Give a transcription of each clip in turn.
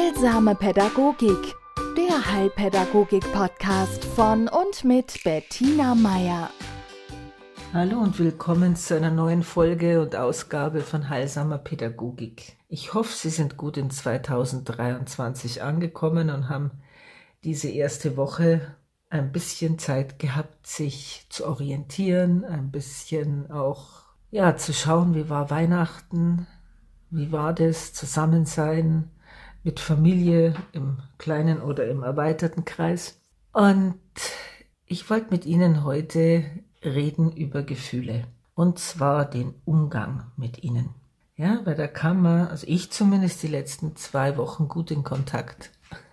Heilsame Pädagogik, der Heilpädagogik-Podcast von und mit Bettina Meier. Hallo und willkommen zu einer neuen Folge und Ausgabe von Heilsamer Pädagogik. Ich hoffe, Sie sind gut in 2023 angekommen und haben diese erste Woche ein bisschen Zeit gehabt, sich zu orientieren, ein bisschen auch zu schauen, wie war Weihnachten, wie war das Zusammensein mit Familie im kleinen oder im erweiterten Kreis. Und ich wollte mit Ihnen heute reden über Gefühle, und zwar den Umgang mit ihnen. Ja, weil da kam man, also ich zumindest die letzten 2 Wochen gut in Kontakt.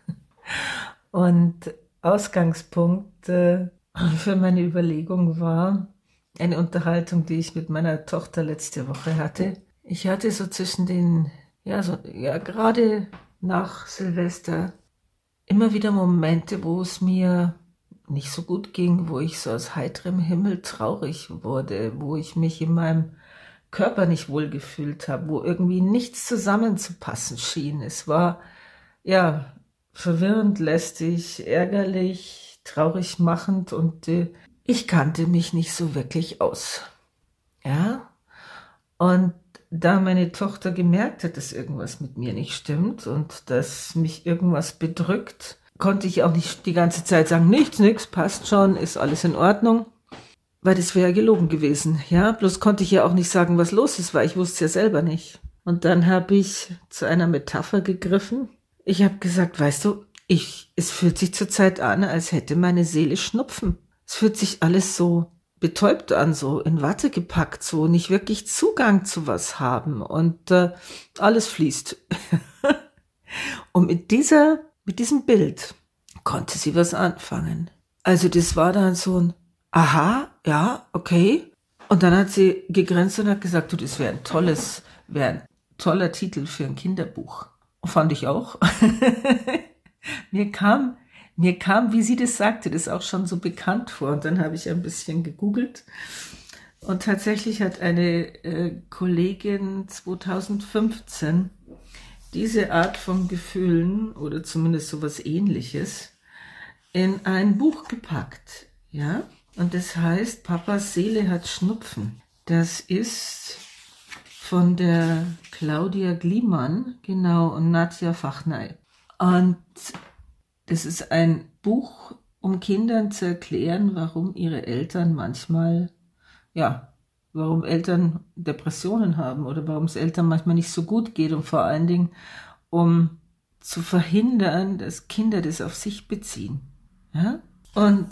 Und Ausgangspunkt für meine Überlegung war eine Unterhaltung, die ich mit meiner Tochter letzte Woche hatte. Ich hatte so zwischen den, gerade nach Silvester immer wieder Momente, wo es mir nicht so gut ging, wo ich so aus heiterem Himmel traurig wurde, wo ich mich in meinem Körper nicht wohl gefühlt habe, wo irgendwie nichts zusammenzupassen schien. Es war verwirrend, lästig, ärgerlich, traurig machend und ich kannte mich nicht so wirklich aus. Ja, und da meine Tochter gemerkt hat, dass irgendwas mit mir nicht stimmt und dass mich irgendwas bedrückt, konnte ich auch nicht die ganze Zeit sagen, nichts, passt schon, ist alles in Ordnung, weil das wäre ja gelogen gewesen. Ja, bloß konnte ich ja auch nicht sagen, was los ist, weil ich wusste es ja selber nicht. Und dann habe ich zu einer Metapher gegriffen. Ich habe gesagt, weißt du, es fühlt sich zurzeit an, als hätte meine Seele Schnupfen. Es fühlt sich alles so betäubt an, so in Watte gepackt, so nicht wirklich Zugang zu was haben und alles fließt. Und mit diesem Bild konnte sie was anfangen. Also das war dann so ein Aha, ja, okay. Und dann hat sie gegrinst und hat gesagt, du, das wäre ein toller Titel für ein Kinderbuch. Fand ich auch. Mir kam, wie sie das sagte, das auch schon so bekannt vor. Und dann habe ich ein bisschen gegoogelt. Und tatsächlich hat eine Kollegin 2015 diese Art von Gefühlen oder zumindest sowas Ähnliches in ein Buch gepackt. Ja? Und das heißt, Papas Seele hat Schnupfen. Das ist von der Claudia Gliemann, genau, und Nadja Fachnay. Und das ist ein Buch, um Kindern zu erklären, warum ihre Eltern manchmal, warum Eltern Depressionen haben oder warum es Eltern manchmal nicht so gut geht und vor allen Dingen, um zu verhindern, dass Kinder das auf sich beziehen. Ja? Und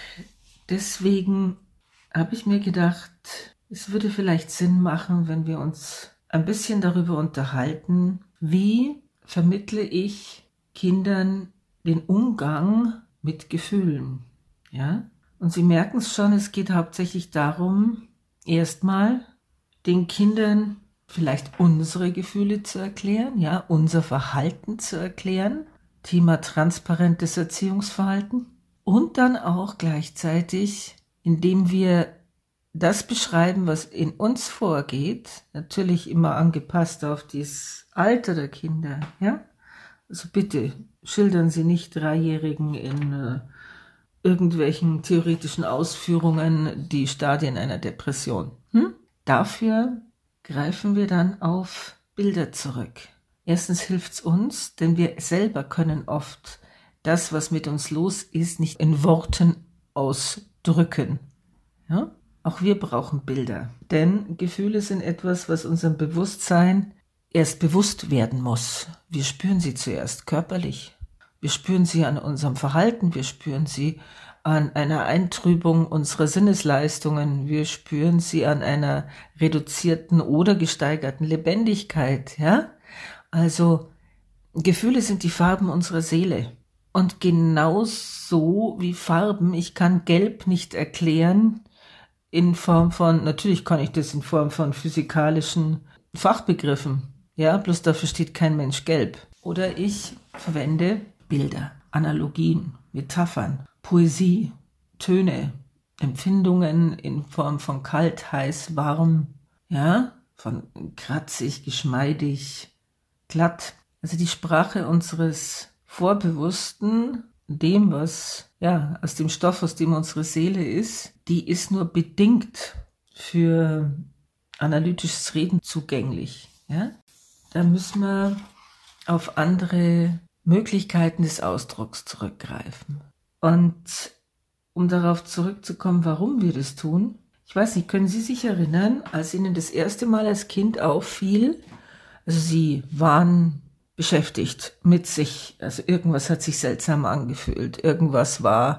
deswegen habe ich mir gedacht, es würde vielleicht Sinn machen, wenn wir uns ein bisschen darüber unterhalten, wie vermittle ich Kindern den Umgang mit Gefühlen. Ja? Und Sie merken es schon, es geht hauptsächlich darum, erstmal den Kindern vielleicht unsere Gefühle zu erklären, ja, unser Verhalten zu erklären, Thema transparentes Erziehungsverhalten und dann auch gleichzeitig, indem wir das beschreiben, was in uns vorgeht, natürlich immer angepasst auf das Alter der Kinder, ja. Also bitte schildern Sie nicht Dreijährigen in irgendwelchen theoretischen Ausführungen die Stadien einer Depression. Dafür greifen wir dann auf Bilder zurück. Erstens hilft's uns, denn wir selber können oft das, was mit uns los ist, nicht in Worten ausdrücken. Ja? Auch wir brauchen Bilder, denn Gefühle sind etwas, was unserem Bewusstsein erst bewusst werden muss. Wir spüren sie zuerst körperlich. Wir spüren sie an unserem Verhalten, wir spüren sie an einer Eintrübung unserer Sinnesleistungen, wir spüren sie an einer reduzierten oder gesteigerten Lebendigkeit. Ja? Also Gefühle sind die Farben unserer Seele. Und genauso wie Farben, ich kann Gelb nicht erklären in Form von, natürlich kann ich das in Form von physikalischen Fachbegriffen, ja, bloß dafür steht kein Mensch gelb. Oder ich verwende Bilder, Analogien, Metaphern, Poesie, Töne, Empfindungen in Form von kalt, heiß, warm, ja, von kratzig, geschmeidig, glatt. Also die Sprache unseres Vorbewussten, dem, was aus dem Stoff, aus dem unsere Seele ist, die ist nur bedingt für analytisches Reden zugänglich. Ja? Da müssen wir auf andere Möglichkeiten des Ausdrucks zurückgreifen. Und um darauf zurückzukommen, warum wir das tun, ich weiß nicht, können Sie sich erinnern, als Ihnen das erste Mal als Kind auffiel, also Sie waren beschäftigt mit sich, also irgendwas hat sich seltsam angefühlt, irgendwas war,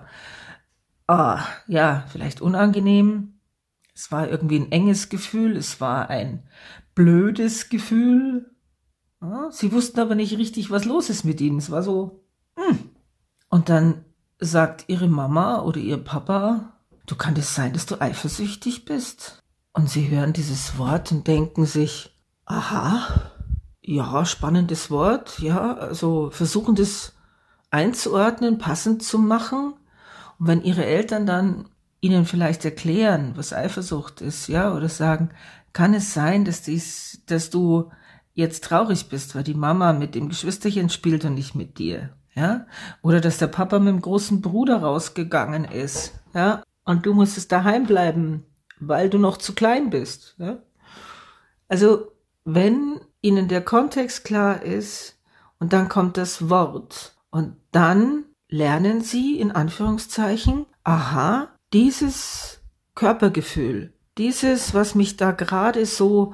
vielleicht unangenehm, es war irgendwie ein enges Gefühl, es war ein blödes Gefühl, ja, Sie wussten aber nicht richtig, was los ist mit Ihnen, es war so, Und dann sagt Ihre Mama oder Ihr Papa, du, kann es sein, dass du eifersüchtig bist? Und Sie hören dieses Wort und denken sich, aha, ja, spannendes Wort, ja, also versuchen das einzuordnen, passend zu machen. Und wenn Ihre Eltern dann Ihnen vielleicht erklären, was Eifersucht ist, ja, oder sagen, kann es sein, dass du jetzt traurig bist, weil die Mama mit dem Geschwisterchen spielt und nicht mit dir, ja, oder dass der Papa mit dem großen Bruder rausgegangen ist, ja, und du musstest daheim bleiben, weil du noch zu klein bist, ja. Also, wenn Ihnen der Kontext klar ist und dann kommt das Wort und dann lernen Sie in Anführungszeichen, aha, dieses Körpergefühl, dieses, was mich da gerade so,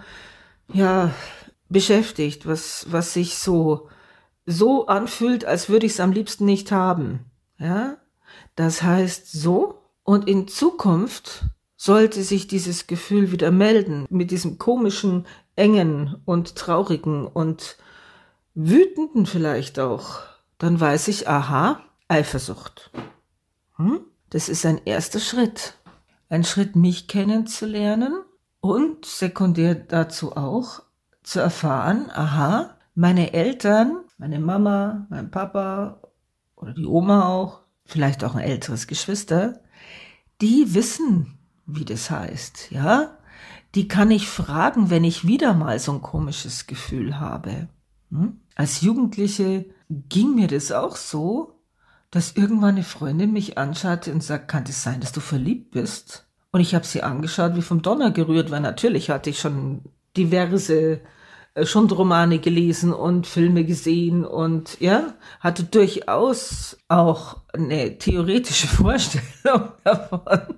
beschäftigt, was sich so anfühlt, als würde ich es am liebsten nicht haben, ja, das heißt so, und in Zukunft sollte sich dieses Gefühl wieder melden, mit diesem komischen, engen und traurigen und wütenden vielleicht auch, dann weiß ich, aha, Eifersucht. Das ist ein erster Schritt. Ein Schritt, mich kennenzulernen und sekundär dazu auch zu erfahren, aha, meine Eltern, meine Mama, mein Papa oder die Oma auch, vielleicht auch ein älteres Geschwister, die wissen, wie das heißt, ja. Die kann ich fragen, wenn ich wieder mal so ein komisches Gefühl habe. Als Jugendliche ging mir das auch so, dass irgendwann eine Freundin mich anschaute und sagt, kann es sein, dass du verliebt bist? Und ich habe sie angeschaut, wie vom Donner gerührt, weil natürlich hatte ich schon diverse Romane gelesen und Filme gesehen und hatte durchaus auch eine theoretische Vorstellung davon.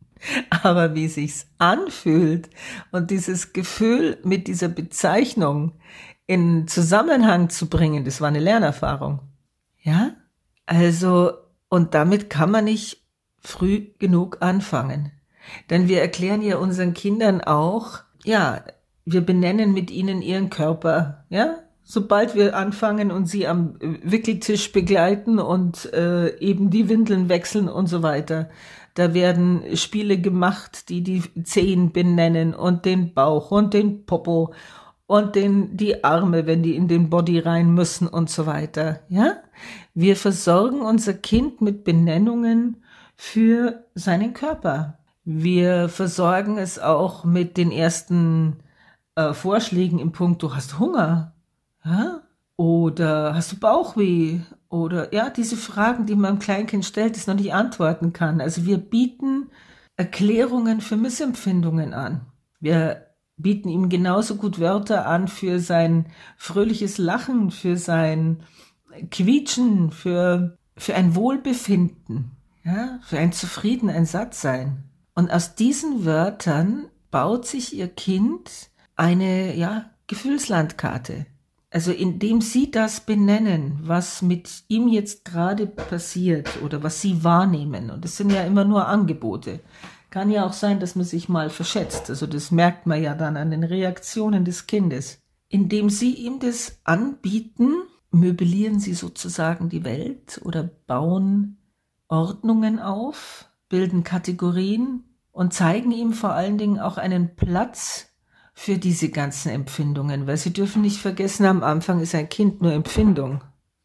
Aber wie sich's anfühlt und dieses Gefühl mit dieser Bezeichnung in Zusammenhang zu bringen, das war eine Lernerfahrung. Ja? Also, und damit kann man nicht früh genug anfangen. Denn wir erklären ja unseren Kindern auch, wir benennen mit ihnen ihren Körper, ja? Sobald wir anfangen und sie am Wickeltisch begleiten und eben die Windeln wechseln und so weiter, da werden Spiele gemacht, die Zehen benennen und den Bauch und den Popo und die Arme, wenn die in den Body rein müssen und so weiter, ja? Wir versorgen unser Kind mit Benennungen für seinen Körper. Wir versorgen es auch mit den ersten Vorschlägen im Punkt, du hast Hunger, ja? Oder hast du Bauchweh? Oder diese Fragen, die man einem Kleinkind stellt, das noch nicht antworten kann. Also wir bieten Erklärungen für Missempfindungen an. Wir bieten ihm genauso gut Wörter an für sein fröhliches Lachen, für sein Quietschen, für ein Wohlbefinden, ja, für ein Zufrieden, ein Sattsein. Und aus diesen Wörtern baut sich Ihr Kind eine Gefühlslandkarte. Also indem Sie das benennen, was mit ihm jetzt gerade passiert oder was Sie wahrnehmen. Und das sind ja immer nur Angebote. Kann ja auch sein, dass man sich mal verschätzt. Also das merkt man ja dann an den Reaktionen des Kindes. Indem Sie ihm das anbieten, möblieren Sie sozusagen die Welt oder bauen Ordnungen auf, bilden Kategorien und zeigen ihm vor allen Dingen auch einen Platz für diese ganzen Empfindungen, weil Sie dürfen nicht vergessen, am Anfang ist ein Kind nur Empfindung.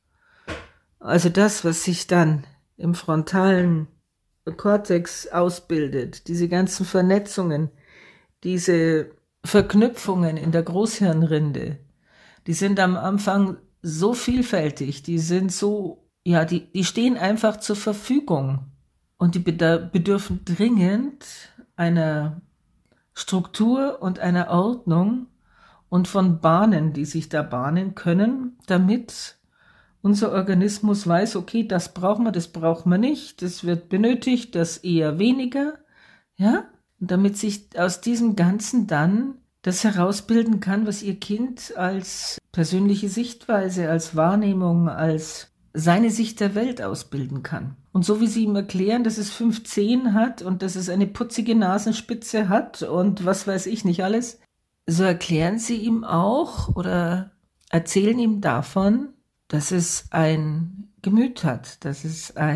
Also das, was sich dann im frontalen Kortex ausbildet, diese ganzen Vernetzungen, diese Verknüpfungen in der Großhirnrinde, die sind am Anfang so vielfältig, die sind so, ja, die stehen einfach zur Verfügung und die bedürfen dringend einer Struktur und einer Ordnung und von Bahnen, die sich da bahnen können, damit unser Organismus weiß, okay, das brauchen wir, das brauchen wir nicht, das wird benötigt, das eher weniger, ja, und damit sich aus diesem Ganzen dann das herausbilden kann, was Ihr Kind als persönliche Sichtweise, als Wahrnehmung, als seine Sicht der Welt ausbilden kann. Und so wie Sie ihm erklären, dass es 5 Zehen hat und dass es eine putzige Nasenspitze hat und was weiß ich nicht alles, so erklären Sie ihm auch oder erzählen ihm davon, dass es ein Gemüt hat, dass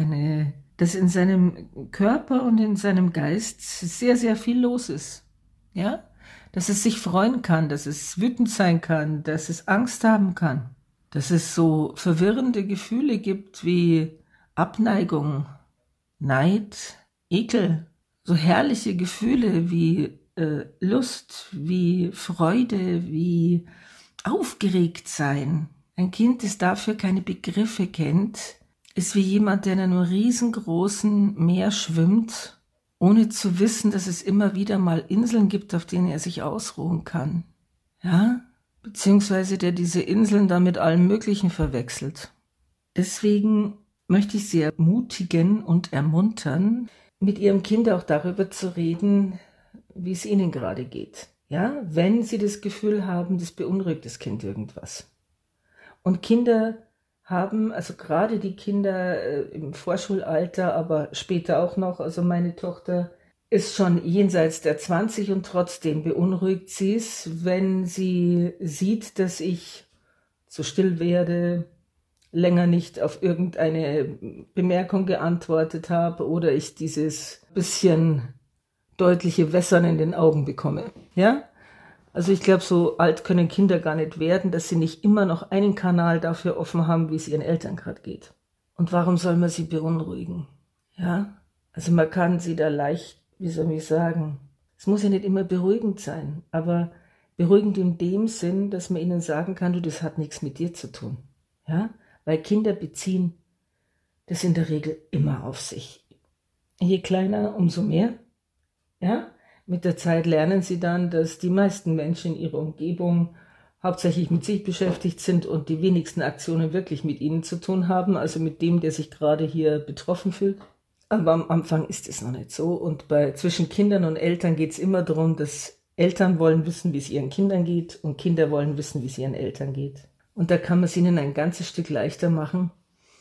in seinem Körper und in seinem Geist sehr, sehr viel los ist. Ja? Dass es sich freuen kann, dass es wütend sein kann, dass es Angst haben kann, dass es so verwirrende Gefühle gibt wie Abneigung, Neid, Ekel, so herrliche Gefühle wie Lust, wie Freude, wie aufgeregt sein. Ein Kind, das dafür keine Begriffe kennt, ist wie jemand, der in einem riesengroßen Meer schwimmt, ohne zu wissen, dass es immer wieder mal Inseln gibt, auf denen er sich ausruhen kann. Ja? Beziehungsweise der diese Inseln da mit allem Möglichen verwechselt. Deswegen möchte ich Sie ermutigen und ermuntern, mit Ihrem Kind auch darüber zu reden, wie es Ihnen gerade geht. Ja? Wenn Sie das Gefühl haben, das beunruhigt das Kind irgendwas. Und Kinder haben, also gerade die Kinder im Vorschulalter, aber später auch noch, also meine Tochter ist schon jenseits der 20 und trotzdem beunruhigt sie es, wenn sie sieht, dass ich zu still werde, länger nicht auf irgendeine Bemerkung geantwortet habe oder ich dieses bisschen deutliche Wässern in den Augen bekomme. Ja? Also ich glaube, so alt können Kinder gar nicht werden, dass sie nicht immer noch einen Kanal dafür offen haben, wie es ihren Eltern gerade geht. Und warum soll man sie beunruhigen? Ja? Also man kann sie da leicht, wie soll ich sagen, es muss ja nicht immer beruhigend sein, aber beruhigend in dem Sinn, dass man ihnen sagen kann, du, das hat nichts mit dir zu tun. Ja? Weil Kinder beziehen das in der Regel immer auf sich. Je kleiner, umso mehr. Ja? Mit der Zeit lernen sie dann, dass die meisten Menschen in ihrer Umgebung hauptsächlich mit sich beschäftigt sind und die wenigsten Aktionen wirklich mit ihnen zu tun haben, also mit dem, der sich gerade hier betroffen fühlt. Aber am Anfang ist es noch nicht so. Und zwischen Kindern und Eltern geht es immer darum, dass Eltern wollen wissen, wie es ihren Kindern geht und Kinder wollen wissen, wie es ihren Eltern geht. Und da kann man es ihnen ein ganzes Stück leichter machen,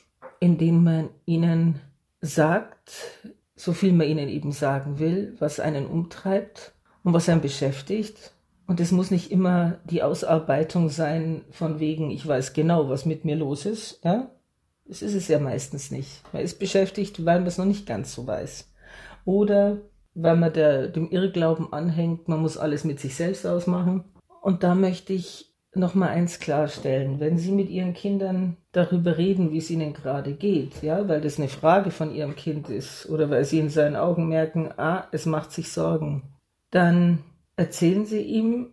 indem man ihnen sagt, so viel man ihnen eben sagen will, was einen umtreibt und was einen beschäftigt. Und es muss nicht immer die Ausarbeitung sein von wegen, ich weiß genau, was mit mir los ist. Ja? Das ist es ja meistens nicht. Man ist beschäftigt, weil man es noch nicht ganz so weiß. Oder weil man dem Irrglauben anhängt, man muss alles mit sich selbst ausmachen. Und da möchte ich nochmal eins klarstellen, wenn Sie mit Ihren Kindern darüber reden, wie es Ihnen gerade geht, ja, weil das eine Frage von Ihrem Kind ist oder weil Sie in seinen Augen merken, es macht sich Sorgen, dann erzählen Sie ihm,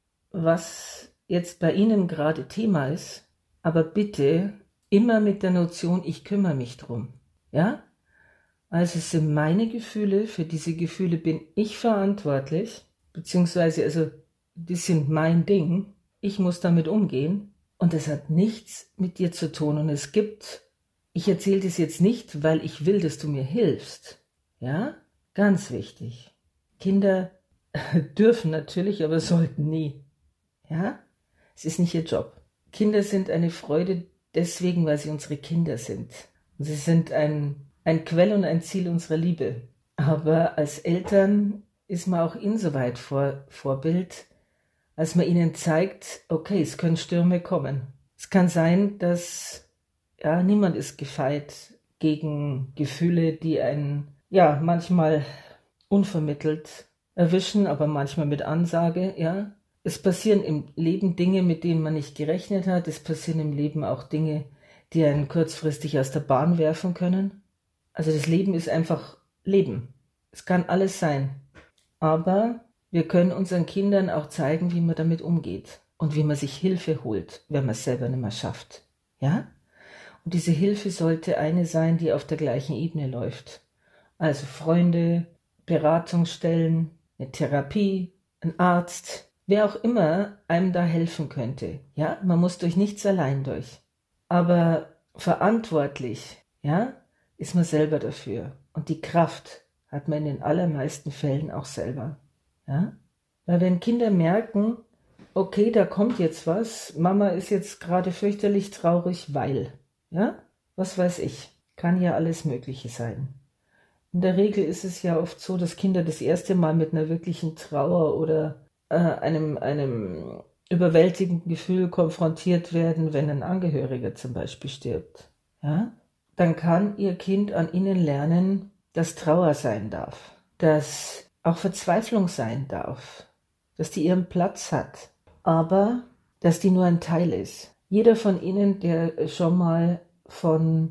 was jetzt bei Ihnen gerade Thema ist, aber bitte immer mit der Notion, ich kümmere mich drum, ja? Also es sind meine Gefühle, für diese Gefühle bin ich verantwortlich, beziehungsweise also die sind mein Ding. Ich muss damit umgehen und das hat nichts mit dir zu tun. Und ich erzähle das jetzt nicht, weil ich will, dass du mir hilfst. Ja, ganz wichtig. Kinder dürfen natürlich, aber sollten nie. Ja, es ist nicht ihr Job. Kinder sind eine Freude deswegen, weil sie unsere Kinder sind. Und sie sind ein Quell und ein Ziel unserer Liebe. Aber als Eltern ist man auch insoweit Vorbild, als man ihnen zeigt, okay, es können Stürme kommen. Es kann sein, dass niemand ist gefeit gegen Gefühle, die einen manchmal unvermittelt erwischen, aber manchmal mit Ansage. Ja, es passieren im Leben Dinge, mit denen man nicht gerechnet hat. Es passieren im Leben auch Dinge, die einen kurzfristig aus der Bahn werfen können. Also das Leben ist einfach Leben. Es kann alles sein, aber wir können unseren Kindern auch zeigen, wie man damit umgeht und wie man sich Hilfe holt, wenn man es selber nicht mehr schafft. Ja? Und diese Hilfe sollte eine sein, die auf der gleichen Ebene läuft. Also Freunde, Beratungsstellen, eine Therapie, ein Arzt, wer auch immer einem da helfen könnte. Ja, man muss durch nichts allein durch. Aber verantwortlich, ja, ist man selber dafür. Und die Kraft hat man in den allermeisten Fällen auch selber. Ja? Weil wenn Kinder merken, okay, da kommt jetzt was, Mama ist jetzt gerade fürchterlich traurig, weil, ja, was weiß ich, kann ja alles Mögliche sein. In der Regel ist es ja oft so, dass Kinder das erste Mal mit einer wirklichen Trauer oder einem überwältigenden Gefühl konfrontiert werden, wenn ein Angehöriger zum Beispiel stirbt. Ja? Dann kann ihr Kind an ihnen lernen, dass Trauer sein darf, dass auch Verzweiflung sein darf, dass die ihren Platz hat, aber dass die nur ein Teil ist. Jeder von ihnen, der schon mal von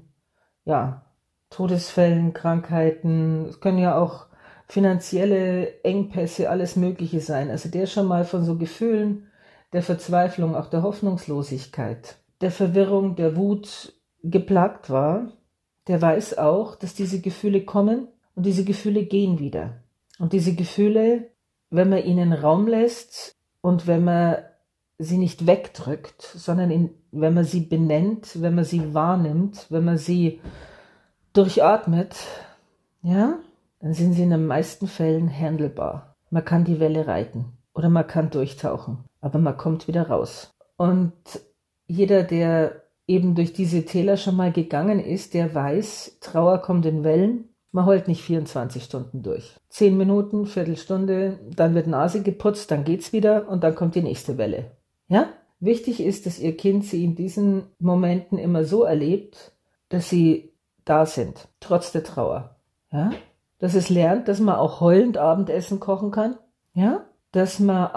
Todesfällen, Krankheiten, es können ja auch finanzielle Engpässe, alles Mögliche sein. Also der schon mal von so Gefühlen der Verzweiflung, auch der Hoffnungslosigkeit, der Verwirrung, der Wut geplagt war, der weiß auch, dass diese Gefühle kommen und diese Gefühle gehen wieder. Und diese Gefühle, wenn man ihnen Raum lässt und wenn man sie nicht wegdrückt, sondern wenn man sie benennt, wenn man sie wahrnimmt, wenn man sie durchatmet, ja, dann sind sie in den meisten Fällen handelbar. Man kann die Welle reiten oder man kann durchtauchen, aber man kommt wieder raus. Und jeder, der eben durch diese Täler schon mal gegangen ist, der weiß, Trauer kommt in Wellen. Man heult nicht 24 Stunden durch. 10 Minuten, Viertelstunde, dann wird Nase geputzt, dann geht's wieder und dann kommt die nächste Welle. Ja? Wichtig ist, dass ihr Kind sie in diesen Momenten immer so erlebt, dass sie da sind, trotz der Trauer. Ja? Dass es lernt, dass man auch heulend Abendessen kochen kann. Ja? Dass man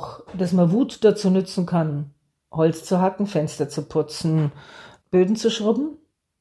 Wut dazu nutzen kann, Holz zu hacken, Fenster zu putzen, Böden zu schrubben.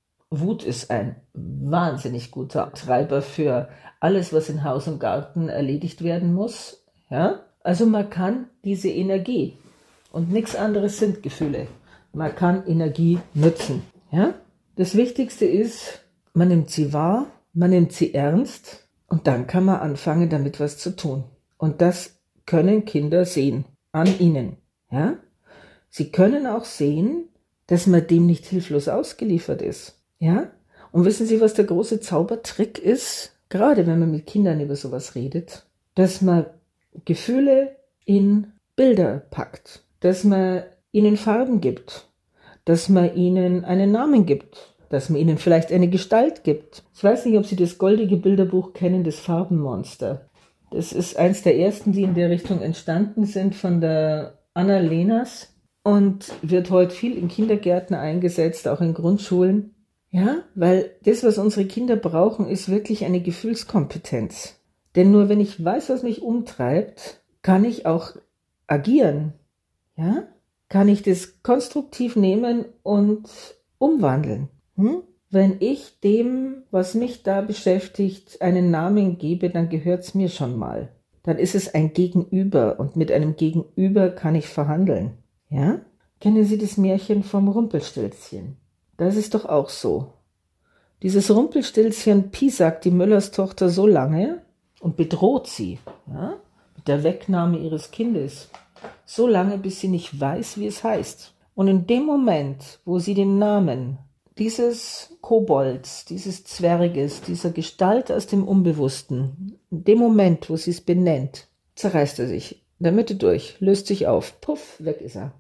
Wut ist ein wahnsinnig guter Treiber für alles, was in Haus und Garten erledigt werden muss. Ja? Also man kann diese Energie, und nichts anderes sind Gefühle, man kann Energie nutzen. Ja? Das Wichtigste ist, man nimmt sie wahr, man nimmt sie ernst und dann kann man anfangen, damit was zu tun. Und das können Kinder sehen, an ihnen. Ja? Sie können auch sehen, dass man dem nicht hilflos ausgeliefert ist. Ja? Und wissen Sie, was der große Zaubertrick ist? Gerade wenn man mit Kindern über sowas redet, dass man Gefühle in Bilder packt, dass man ihnen Farben gibt, dass man ihnen einen Namen gibt, dass man ihnen vielleicht eine Gestalt gibt. Ich weiß nicht, ob Sie das goldige Bilderbuch kennen, das Farbenmonster. Das ist eins der ersten, die in der Richtung entstanden sind, von der Anna Lehners und wird heute viel in Kindergärten eingesetzt, auch in Grundschulen. Ja, weil das, was unsere Kinder brauchen, ist wirklich eine Gefühlskompetenz. Denn nur wenn ich weiß, was mich umtreibt, kann ich auch agieren. Ja, kann ich das konstruktiv nehmen und umwandeln. Wenn ich dem, was mich da beschäftigt, einen Namen gebe, dann gehört's mir schon mal. Dann ist es ein Gegenüber und mit einem Gegenüber kann ich verhandeln. Ja? Kennen Sie das Märchen vom Rumpelstilzchen? Das ist doch auch so. Dieses Rumpelstilzchen piesackt die Müllerstochter so lange und bedroht sie, ja, mit der Wegnahme ihres Kindes, so lange, bis sie nicht weiß, wie es heißt. Und in dem Moment, wo sie den Namen dieses Kobolds, dieses Zwerges, dieser Gestalt aus dem Unbewussten, in dem Moment, wo sie es benennt, zerreißt er sich in der Mitte durch, löst sich auf, puff, weg ist er.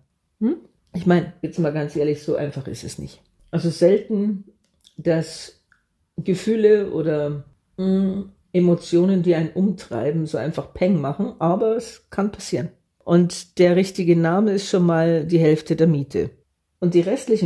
Ich meine, jetzt mal ganz ehrlich, so einfach ist es nicht. Also selten, dass Gefühle oder Emotionen, die einen umtreiben, so einfach Peng machen, aber es kann passieren. Und der richtige Name ist schon mal die Hälfte der Miete. Und die restlichen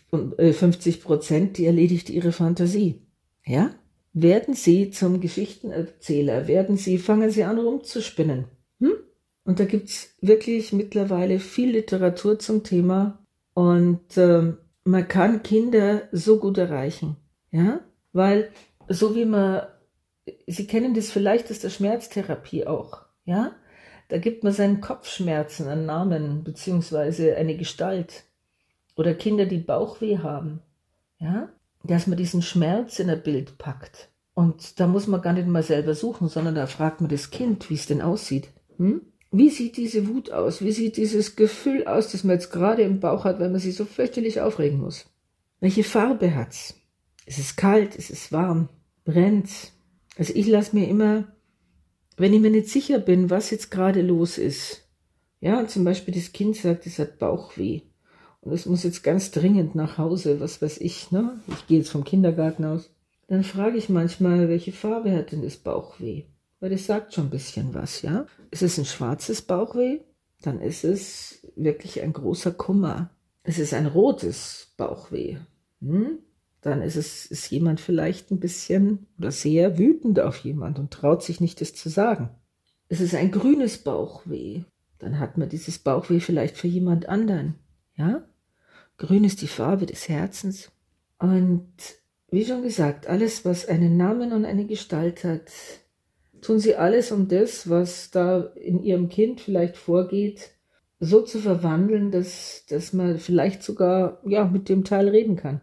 50%, die erledigt ihre Fantasie. Ja? Werden Sie zum Geschichtenerzähler, fangen Sie an rumzuspinnen. Und da gibt's wirklich mittlerweile viel Literatur zum Thema und man kann Kinder so gut erreichen. Ja? Weil so wie Sie kennen das vielleicht aus der Schmerztherapie auch. Ja? Da gibt man seinen Kopfschmerzen einen Namen beziehungsweise eine Gestalt. Oder Kinder, die Bauchweh haben, ja, dass man diesen Schmerz in ein Bild packt. Und da muss man gar nicht mal selber suchen, sondern da fragt man das Kind, wie es denn aussieht. Wie sieht diese Wut aus? Wie sieht dieses Gefühl aus, das man jetzt gerade im Bauch hat, weil man sich so fürchterlich aufregen muss? Welche Farbe hat's? Ist es kalt? Ist es warm? Brennt's? Also ich lasse mir immer, wenn ich mir nicht sicher bin, was jetzt gerade los ist, ja, zum Beispiel das Kind sagt, es hat Bauchweh und es muss jetzt ganz dringend nach Hause, was weiß ich, ne? Ich gehe jetzt vom Kindergarten aus. Dann frage ich manchmal, welche Farbe hat denn das Bauchweh? Weil das sagt schon ein bisschen was, ja? Ist es ein schwarzes Bauchweh? Dann ist es wirklich ein großer Kummer. Ist es ein rotes Bauchweh? Dann ist jemand vielleicht ein bisschen oder sehr wütend auf jemand und traut sich nicht, das zu sagen. Ist es ein grünes Bauchweh? Dann hat man dieses Bauchweh vielleicht für jemand anderen, ja? Grün ist die Farbe des Herzens. Und wie schon gesagt, alles, was einen Namen und eine Gestalt hat, tun sie alles, um das, was da in ihrem Kind vielleicht vorgeht, so zu verwandeln, dass man vielleicht sogar mit dem Teil reden kann.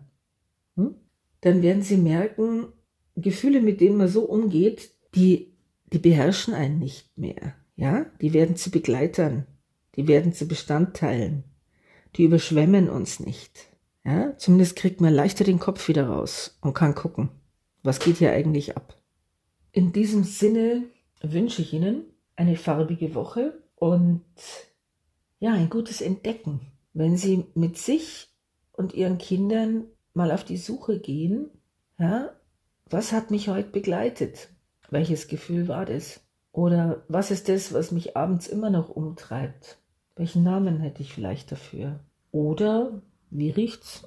Dann werden sie merken, Gefühle, mit denen man so umgeht, die beherrschen einen nicht mehr. Ja? Die werden zu Begleitern, die werden zu Bestandteilen, die überschwemmen uns nicht. Ja? Zumindest kriegt man leichter den Kopf wieder raus und kann gucken, was geht hier eigentlich ab. In diesem Sinne wünsche ich Ihnen eine farbige Woche und ein gutes Entdecken, wenn Sie mit sich und Ihren Kindern mal auf die Suche gehen, ja, was hat mich heute begleitet? Welches Gefühl war das? Oder was ist das, was mich abends immer noch umtreibt? Welchen Namen hätte ich vielleicht dafür? Oder wie riecht's?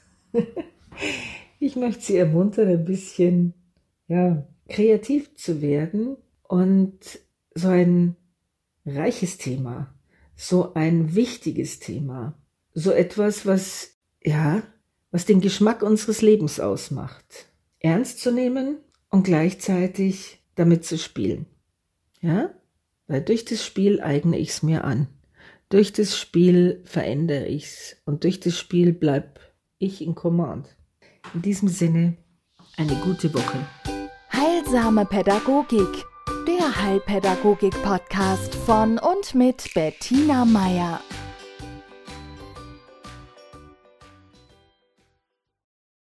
Ich möchte Sie ermuntern, ein bisschen kreativ zu werden und so ein reiches Thema, so ein wichtiges Thema, so etwas, was den Geschmack unseres Lebens ausmacht, ernst zu nehmen und gleichzeitig damit zu spielen. Ja? Weil durch das Spiel eigne ich es mir an. Durch das Spiel verändere ich es und durch das Spiel bleib ich in Command. In diesem Sinne, eine gute Woche. Heilsame Pädagogik, der Heilpädagogik-Podcast von und mit Bettina Meier.